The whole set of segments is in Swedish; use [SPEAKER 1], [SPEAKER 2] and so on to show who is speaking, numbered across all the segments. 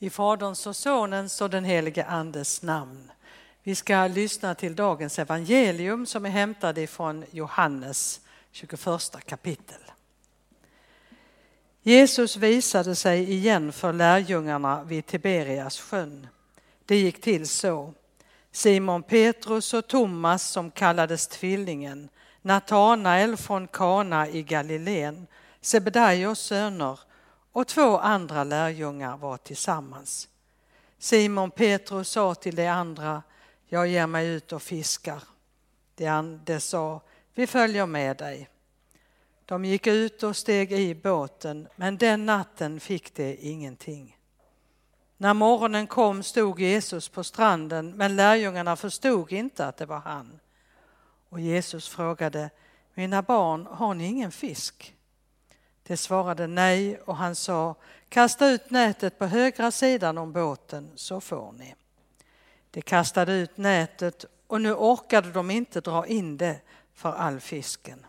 [SPEAKER 1] I Faderns och Sonens och den helige Andes namn. Vi ska lyssna till dagens evangelium som är hämtad ifrån Johannes 21 kapitel. Jesus visade sig igen för lärjungarna vid Tiberias sjön. Det gick till så. Simon Petrus och Thomas som kallades tvillingen, Natanael från Kana i Galileen, Sebedaios söner och 2 andra lärjungar var tillsammans. Simon Petrus sa till de andra, jag ger mig ut och fiskar. De sa, vi följer med dig. De gick ut och steg i båten, men den natten fick de ingenting. När morgonen kom stod Jesus på stranden, men lärjungarna förstod inte att det var han. Och Jesus frågade, mina barn, har ni ingen fisk? De svarade nej och han sa, kasta ut nätet på högra sidan om båten så får ni. De kastade ut nätet och nu orkade de inte dra in det för all fisken.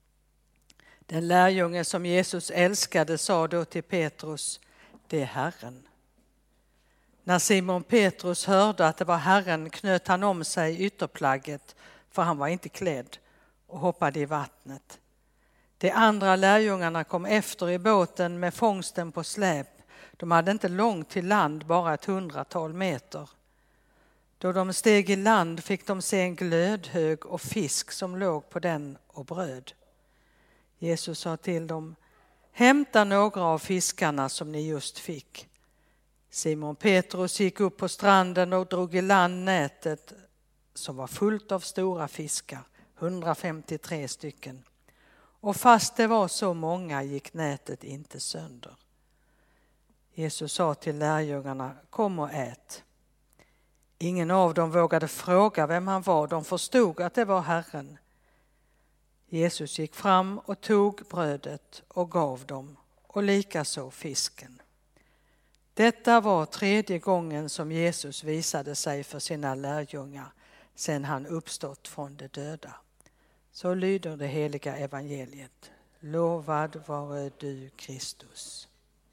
[SPEAKER 1] Den lärjunge som Jesus älskade sa då till Petrus, det är Herren. När Simon Petrus hörde att det var Herren knöt han om sig ytterplagget, för han var inte klädd, och hoppade i vattnet. De andra lärjungarna kom efter i båten med fångsten på släp. De hade inte långt till land, bara 100-tal meter. Då de steg i land fick de se en glödhög och fisk som låg på den och bröd. Jesus sa till dem, hämta några av fiskarna som ni just fick. Simon Petrus gick upp på stranden och drog i land nätet som var fullt av stora fiskar, 153 stycken. Och fast det var så många gick nätet inte sönder. Jesus sa till lärjungarna, kom och ät. Ingen av dem vågade fråga vem han var, de förstod att det var Herren. Jesus gick fram och tog brödet och gav dem, och likaså fisken. Detta var 3:e gången som Jesus visade sig för sina lärjungar sedan han uppstått från de döda. Så lyder det heliga evangeliet. Lovad vare du, Kristus.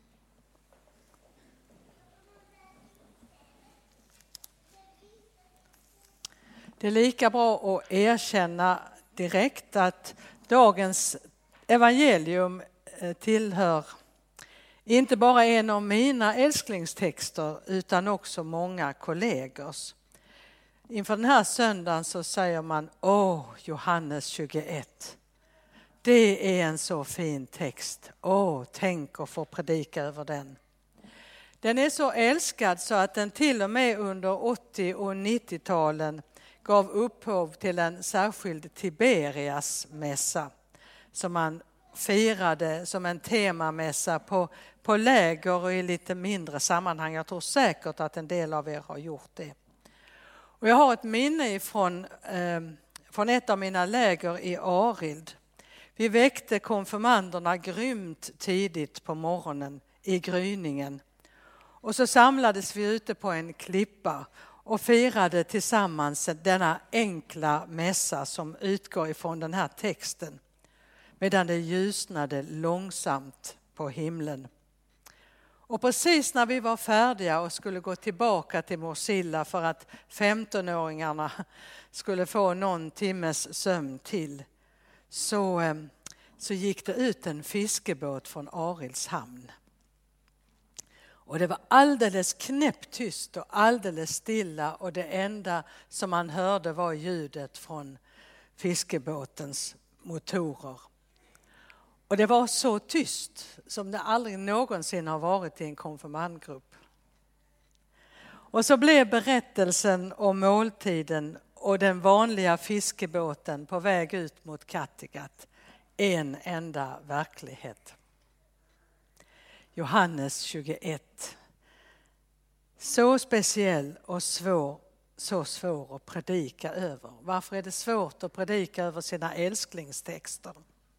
[SPEAKER 1] Det är lika bra att erkänna direkt att dagens evangelium tillhör inte bara en av mina älsklingstexter utan också många kollegors. Inför den här söndagen så säger man, Johannes 21. Det är en så fin text. Tänk att få predika över den. Den är så älskad så att den till och med under 80- och 90-talen gav upphov till en särskild Tiberias mässa som man firade som en temamässa på läger och i lite mindre sammanhang. Jag tror säkert att en del av er har gjort det. Och jag har ett minne från ett av mina läger i Arild. Vi väckte konfirmanderna grymt tidigt på morgonen i gryningen. Och så samlades vi ute på en klippa och firade tillsammans denna enkla mässa som utgår ifrån den här texten. Medan det ljusnade långsamt på himlen. Och precis när vi var färdiga och skulle gå tillbaka till Morsilla för att 15-åringarna skulle få någon timmes sömn till, så gick det ut en fiskebåt från Arilds hamn. Och det var alldeles knäpptyst och alldeles stilla, och det enda som man hörde var ljudet från fiskebåtens motorer. Och det var så tyst som det aldrig någonsin har varit i en konfirmandgrupp. Och så blev berättelsen om måltiden och den vanliga fiskebåten på väg ut mot Kattegatt en enda verklighet. Johannes 21. Så speciell och så svår att predika över. Varför är det svårt att predika över sina älsklingstexter?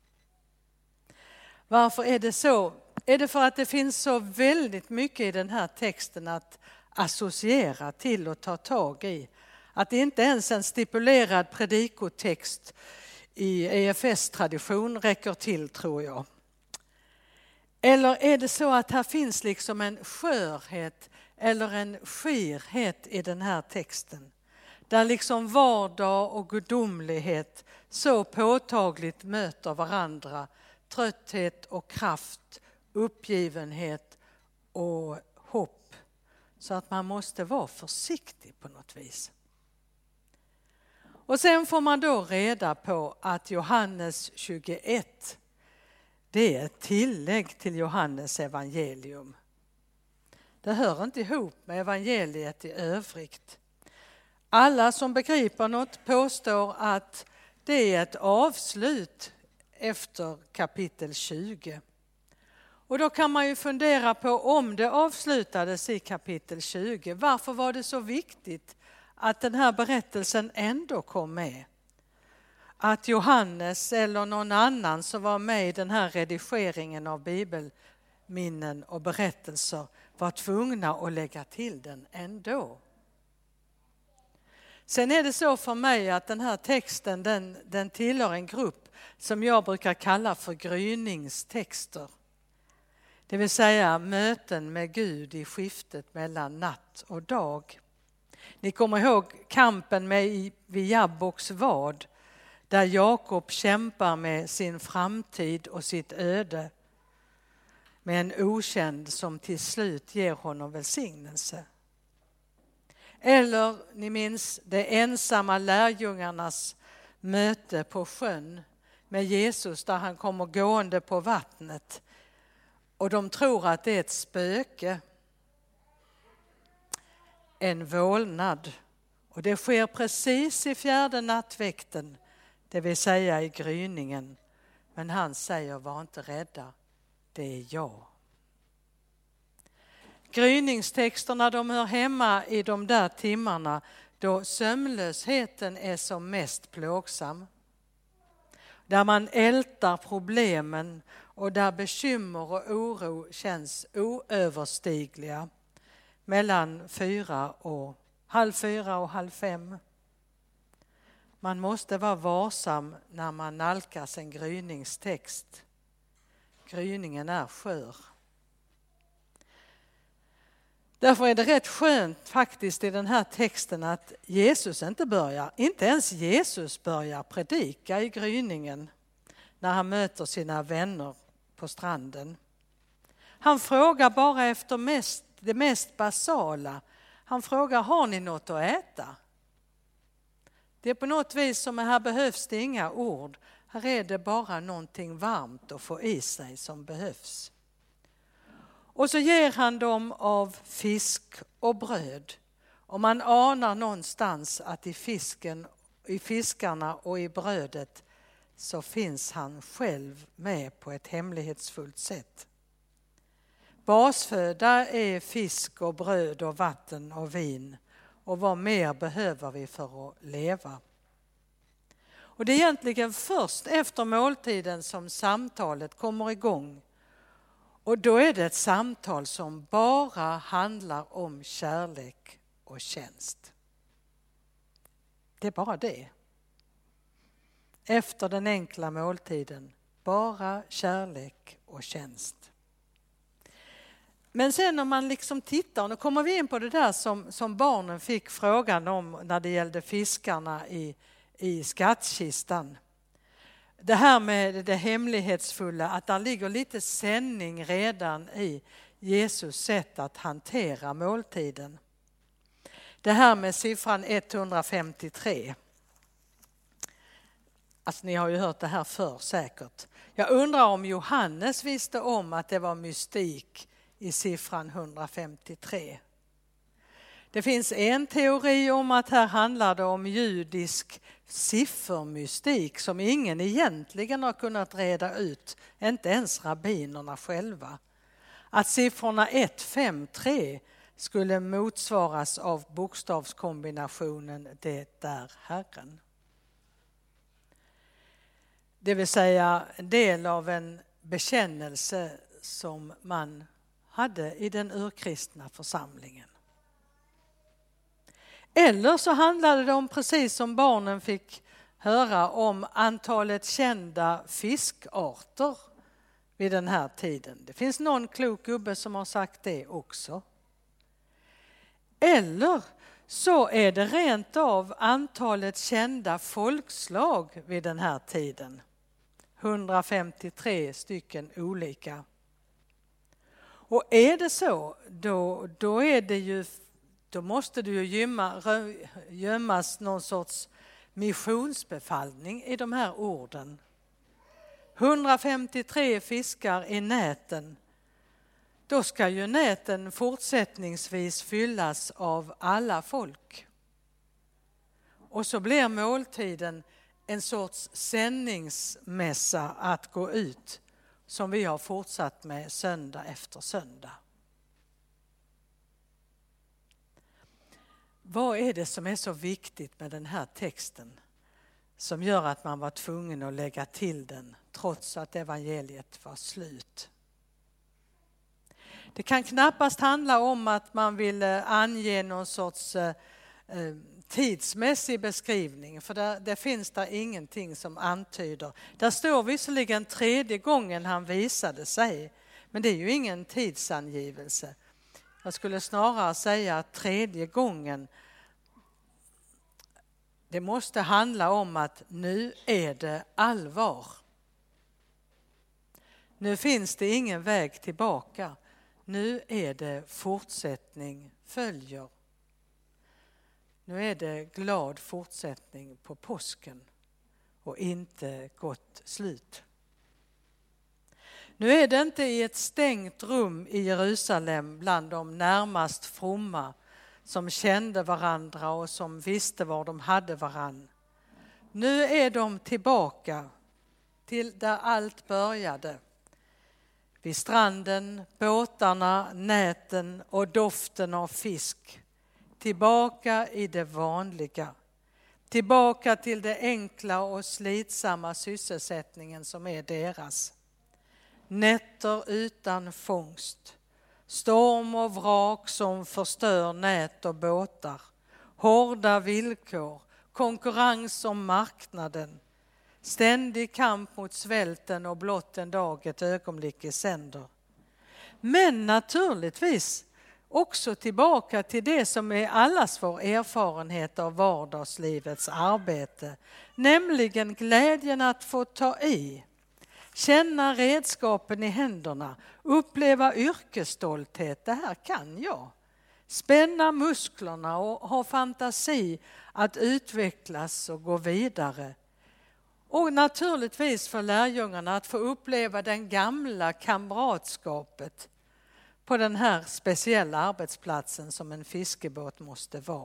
[SPEAKER 1] Varför är det så? Är det för att det finns så väldigt mycket i den här texten att associera till och ta tag i? Att det inte ens en stipulerad predikotext i EFS-tradition räcker till, tror jag. Eller är det så att här finns liksom en skörhet, eller en skirhet i den här texten. Där liksom vardag och gudomlighet så påtagligt möter varandra. Trötthet och kraft, uppgivenhet och hopp. Så att man måste vara försiktig på något vis. Och sen får man då reda på att Johannes 21, det är ett tillägg till Johannes evangelium. Det hör inte ihop med evangeliet i övrigt. Alla som begriper något påstår att det är ett avslut efter kapitel 20. Och då kan man ju fundera på om det avslutades i kapitel 20. Varför var det så viktigt att den här berättelsen ändå kom med? Att Johannes eller någon annan som var med i den här redigeringen av bibelminnen och berättelser var tvungna att lägga till den ändå. Sen är det så för mig att den här texten den tillhör en grupp som jag brukar kalla för gryningstexter. Det vill säga möten med Gud i skiftet mellan natt och dag. Ni kommer ihåg kampen vid Jabboks vad, där Jakob kämpar med sin framtid och sitt öde med en okänd som till slut ger honom välsignelse. Eller ni minns det ensamma lärjungarnas möte på sjön med Jesus där han kommer gående på vattnet och de tror att det är ett spöke, en vålnad. Och det sker precis i fjärde nattväkten, det vill säga i gryningen. Men han säger, var inte rädda, det är jag. Gryningstexterna de hör hemma i de där timmarna då sömnlösheten är som mest plågsam. Där man ältar problemen och där bekymmer och oro känns oöverstigliga. Mellan 3:30 och 4:30. Man måste vara varsam när man nalkas en gryningstext. Gryningen är skör. Därför är det rätt skönt faktiskt i den här texten att inte ens Jesus börjar predika i gryningen när han möter sina vänner på stranden. Han frågar bara efter det mest basala. Han frågar, har ni något att äta? Det är på något vis som här behövs det inga ord. Här är det bara någonting varmt att få i sig som behövs. Och så ger han dem av fisk och bröd. Och man anar någonstans att i fiskarna och i brödet så finns han själv med på ett hemlighetsfullt sätt. Basföda är fisk och bröd och vatten och vin. Och vad mer behöver vi för att leva? Och det är egentligen först efter måltiden som samtalet kommer igång. Och då är det ett samtal som bara handlar om kärlek och tjänst. Det är bara det. Efter den enkla måltiden, bara kärlek och tjänst. Men sen om man liksom tittar, och då kommer vi in på det där som barnen fick frågan om när det gällde fiskarna i skattkistan. Det här med det hemlighetsfulla, att där ligger lite sändning redan i Jesus sätt att hantera måltiden. Det här med siffran 153. Alltså ni har ju hört det här förr säkert. Jag undrar om Johannes visste om att det var mystik i siffran 153. Det finns en teori om att här handlar det om judisk siffermystik som ingen egentligen har kunnat reda ut, inte ens rabbinerna själva. Att siffrorna 1, 5, 3 skulle motsvaras av bokstavskombinationen det är Herren. Det vill säga en del av en bekännelse som man hade i den urkristna församlingen. Eller så handlade det om, precis som barnen fick höra, om antalet kända fiskarter vid den här tiden. Det finns någon klok gubbe som har sagt det också. Eller så är det rent av antalet kända folkslag vid den här tiden. 153 stycken olika. Och är det så, då måste det ju gömmas någon sorts missionsbefallning i de här orden. 153 fiskar i näten. Då ska ju näten fortsättningsvis fyllas av alla folk. Och så blir måltiden en sorts sändningsmässa att gå ut, som vi har fortsatt med söndag efter söndag. Vad är det som är så viktigt med den här texten som gör att man var tvungen att lägga till den trots att evangeliet var slut? Det kan knappast handla om att man vill ange någon sorts tidsmässig beskrivning, för det finns där ingenting som antyder. Där står visserligen 3:e gången han visade sig, men det är ju ingen tidsangivelse. Jag skulle snarare säga att 3:e gången, det måste handla om att nu är det allvar. Nu finns det ingen väg tillbaka. Nu är det fortsättning följer. Nu är det glad fortsättning på påsken och inte gott slut. Nu är det inte i ett stängt rum i Jerusalem bland de närmast fromma som kände varandra och som visste var de hade varann. Nu är de tillbaka till där allt började. Vid stranden, båtarna, näten och doften av fisk. Tillbaka i det vanliga. Tillbaka till det enkla och slitsamma sysselsättningen som är deras. Nätter utan fångst. Storm och vrak som förstör nät och båtar. Hårda villkor. Konkurrens om marknaden. Ständig kamp mot svälten och blott en dag ett ögonblick i sänder. Men naturligtvis också tillbaka till det som är allas vår erfarenhet av vardagslivets arbete. Nämligen glädjen att få ta i. Känna redskapen i händerna. Uppleva yrkesstolthet. Det här kan jag. Spänna musklerna och ha fantasi att utvecklas och gå vidare. Och naturligtvis för lärjungarna att få uppleva den gamla kamratskapet på den här speciella arbetsplatsen som en fiskebåt måste vara.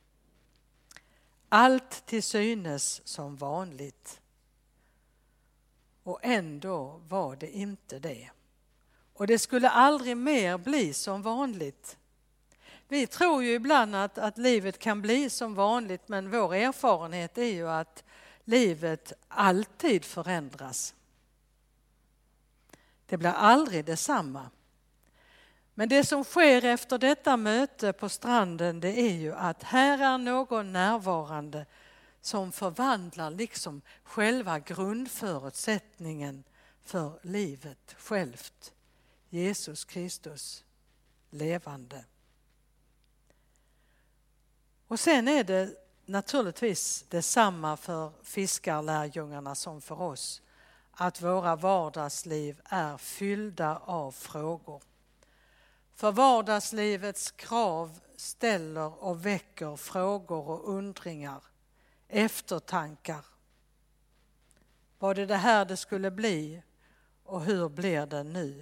[SPEAKER 1] Allt till synes som vanligt. Och ändå var det inte det. Och det skulle aldrig mer bli som vanligt. Vi tror ju ibland att livet kan bli som vanligt, men vår erfarenhet är ju att livet alltid förändras. Det blir aldrig detsamma. Men det som sker efter detta möte på stranden, det är ju att här är någon närvarande som förvandlar liksom själva grundförutsättningen för livet självt. Jesus Kristus, levande. Och sen är det naturligtvis detsamma för fiskarlärjungarna som för oss. Att våra vardagsliv är fyllda av frågor. För vardagslivets krav ställer och väcker frågor och undringar, eftertankar. Var det här det skulle bli och hur blir det nu?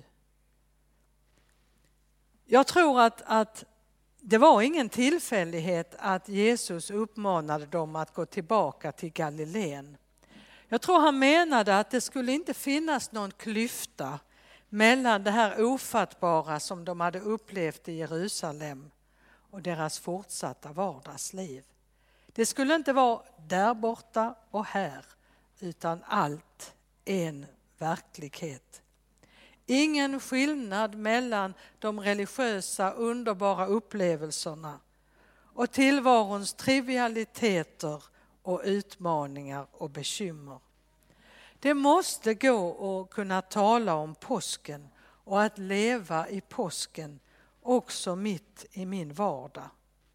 [SPEAKER 1] Jag tror att det var ingen tillfällighet att Jesus uppmanade dem att gå tillbaka till Galileen. Jag tror han menade att det skulle inte finnas någon klyfta mellan det här ofattbara som de hade upplevt i Jerusalem och deras fortsatta vardagsliv. Det skulle inte vara där borta och här, utan allt en verklighet. Ingen skillnad mellan de religiösa underbara upplevelserna och tillvarons trivialiteter och utmaningar och bekymmer. Det måste gå att kunna tala om påsken och att leva i påsken också mitt i min vardag.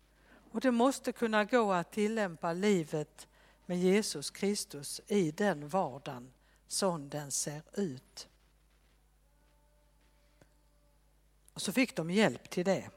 [SPEAKER 1] Och det måste kunna gå att tillämpa livet med Jesus Kristus i den vardagen som den ser ut. Och så fick de hjälp till det.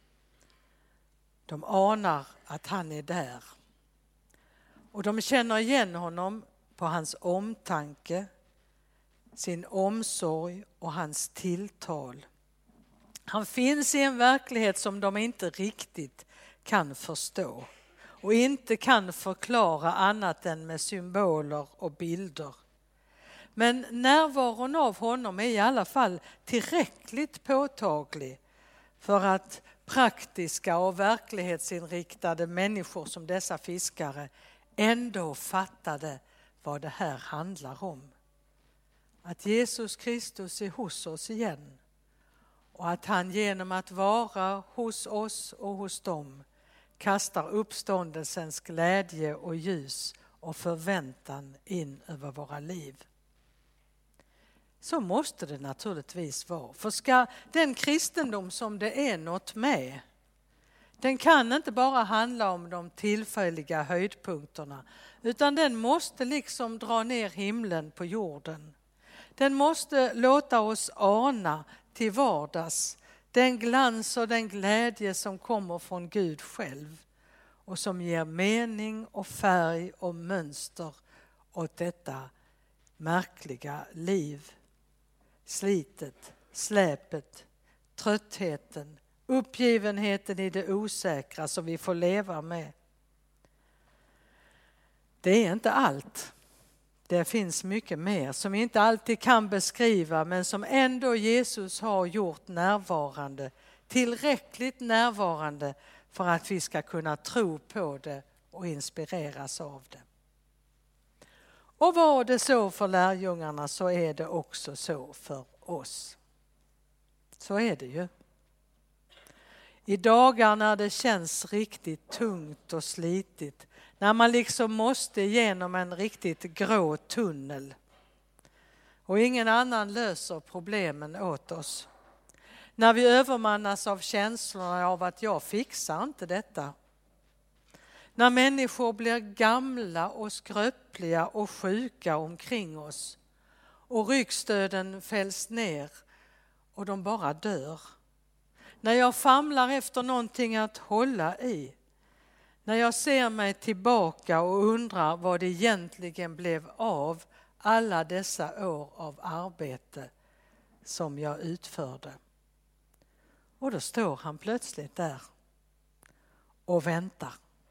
[SPEAKER 1] De anar att han är där. Och de känner igen honom på hans omtanke, sin omsorg och hans tilltal. Han finns i en verklighet som de inte riktigt kan förstå och inte kan förklara annat än med symboler och bilder. Men närvaron av honom är i alla fall tillräckligt påtaglig för att praktiska och verklighetsinriktade människor som dessa fiskare ändå fattade vad det här handlar om. Att Jesus Kristus är hos oss igen och att han genom att vara hos oss och hos dem kastar uppståndelsens glädje och ljus och förväntan in över våra liv. Så måste det naturligtvis vara. För ska den kristendom som det är något med, den kan inte bara handla om de tillfälliga höjdpunkterna, utan den måste liksom dra ner himlen på jorden. Den måste låta oss ana till vardags den glans och den glädje som kommer från Gud själv och som ger mening och färg och mönster åt detta märkliga liv. Slitet, släpet, tröttheten, uppgivenheten i det osäkra som vi får leva med. Det är inte allt. Det finns mycket mer som vi inte alltid kan beskriva, men som ändå Jesus har gjort närvarande, tillräckligt närvarande för att vi ska kunna tro på det och inspireras av det. Och var det så för lärjungarna, så är det också så för oss. Så är det ju. I dagar när det känns riktigt tungt och slitigt, när man liksom måste igenom en riktigt grå tunnel och ingen annan löser problemen åt oss. När vi övermannas av känslorna av att jag fixar inte detta. När människor blir gamla och skröpliga och sjuka omkring oss och ryggstöden fälls ner och de bara dör. När jag famlar efter någonting att hålla i. När jag ser mig tillbaka och undrar vad det egentligen blev av alla dessa år av arbete som jag utförde. Och då står han plötsligt där och väntar.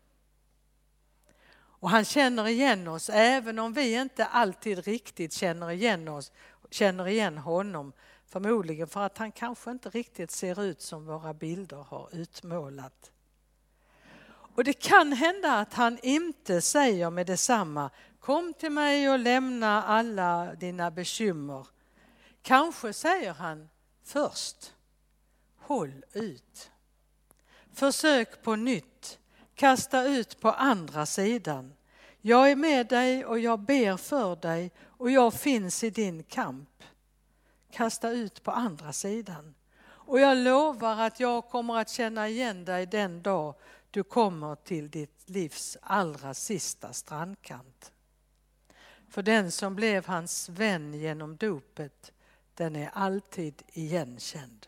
[SPEAKER 1] Och han känner igen oss, även om vi inte alltid riktigt känner igen honom. Förmodligen för att han kanske inte riktigt ser ut som våra bilder har utmålat. Och det kan hända att han inte säger med detsamma: kom till mig och lämna alla dina bekymmer. Kanske säger han först: håll ut. Försök på nytt. Kasta ut på andra sidan. Jag är med dig och jag ber för dig och jag finns i din kamp. Kasta ut på andra sidan. Och jag lovar att jag kommer att känna igen dig den dag du kommer till ditt livs allra sista strandkant. För den som blev hans vän genom dopet, den är alltid igenkänd.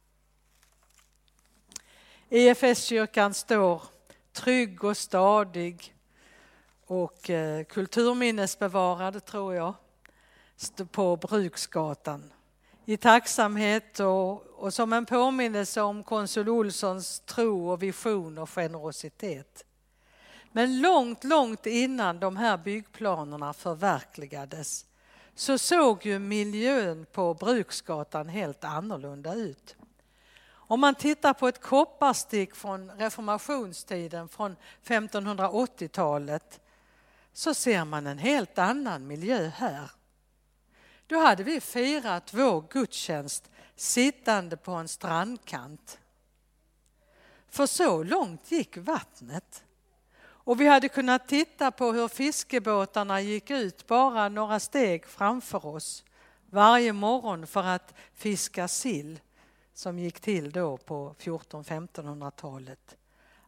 [SPEAKER 1] EFS-kyrkan står trygg och stadig och kulturminnesbevarad, tror jag, på Bruksgatan. I tacksamhet och som en påminnelse om Konsul Olssons tro och vision och generositet. Men långt innan de här byggplanerna förverkligades så såg ju miljön på Bruksgatan helt annorlunda ut. Om man tittar på ett kopparstick från reformationstiden från 1580-talet så ser man en helt annan miljö här. Då hade vi firat vår gudstjänst sittande på en strandkant. För så långt gick vattnet. Och vi hade kunnat titta på hur fiskebåtarna gick ut bara några steg framför oss varje morgon för att fiska sill, som gick till då på 1400-1500-talet.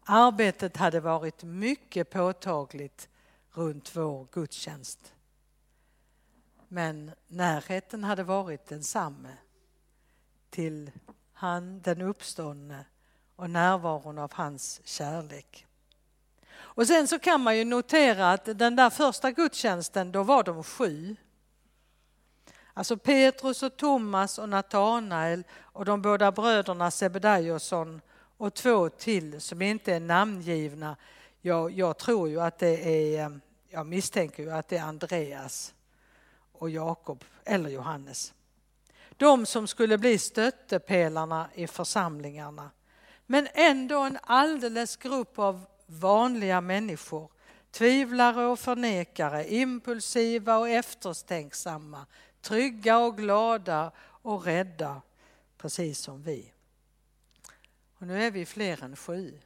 [SPEAKER 1] Arbetet hade varit mycket påtagligt runt vår gudstjänst. Men närheten hade varit densamma till han, den uppståndne, och närvaron av hans kärlek. Och sen så kan man ju notera att den där första gudstjänsten, då var de 7. Alltså Petrus och Thomas och Natanael och de båda bröderna Sebedaiosson och 2 till som inte är namngivna. Jag tror ju att det är, jag misstänker ju att det är Andreas och Jakob eller Johannes. De som skulle bli stöttepelarna i församlingarna. Men ändå en alldeles grupp av vanliga människor. Tvivlare och förnekare, impulsiva och efterstänksamma. Trygga och glada och rädda, precis som vi. Och nu är vi fler än 7.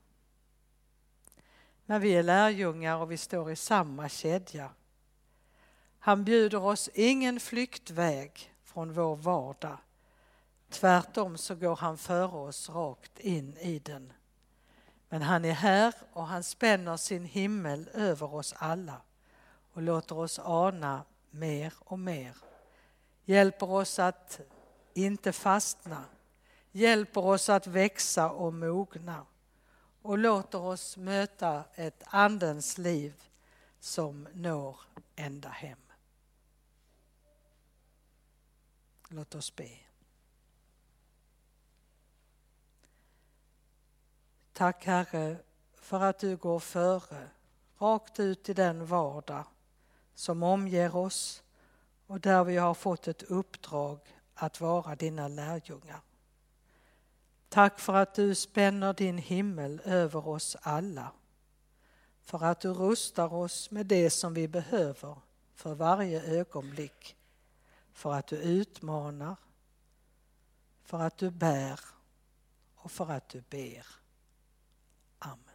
[SPEAKER 1] Men vi är lärjungar och vi står i samma kedja. Han bjuder oss ingen flyktväg från vår vardag. Tvärtom så går han före oss rakt in i den. Men han är här och han spänner sin himmel över oss alla och låter oss ana mer och mer. Hjälper oss att inte fastna. Hjälper oss att växa och mogna. Och låter oss möta ett andens liv som når ända hem. Låt oss be. Tack Herre för att du går före, rakt ut i den vardag som omger oss och där vi har fått ett uppdrag att vara dina lärjungar. Tack för att du spänner din himmel över oss alla. För att du rustar oss med det som vi behöver för varje ögonblick. För att du utmanar, för att du bär och för att du ber. Amen.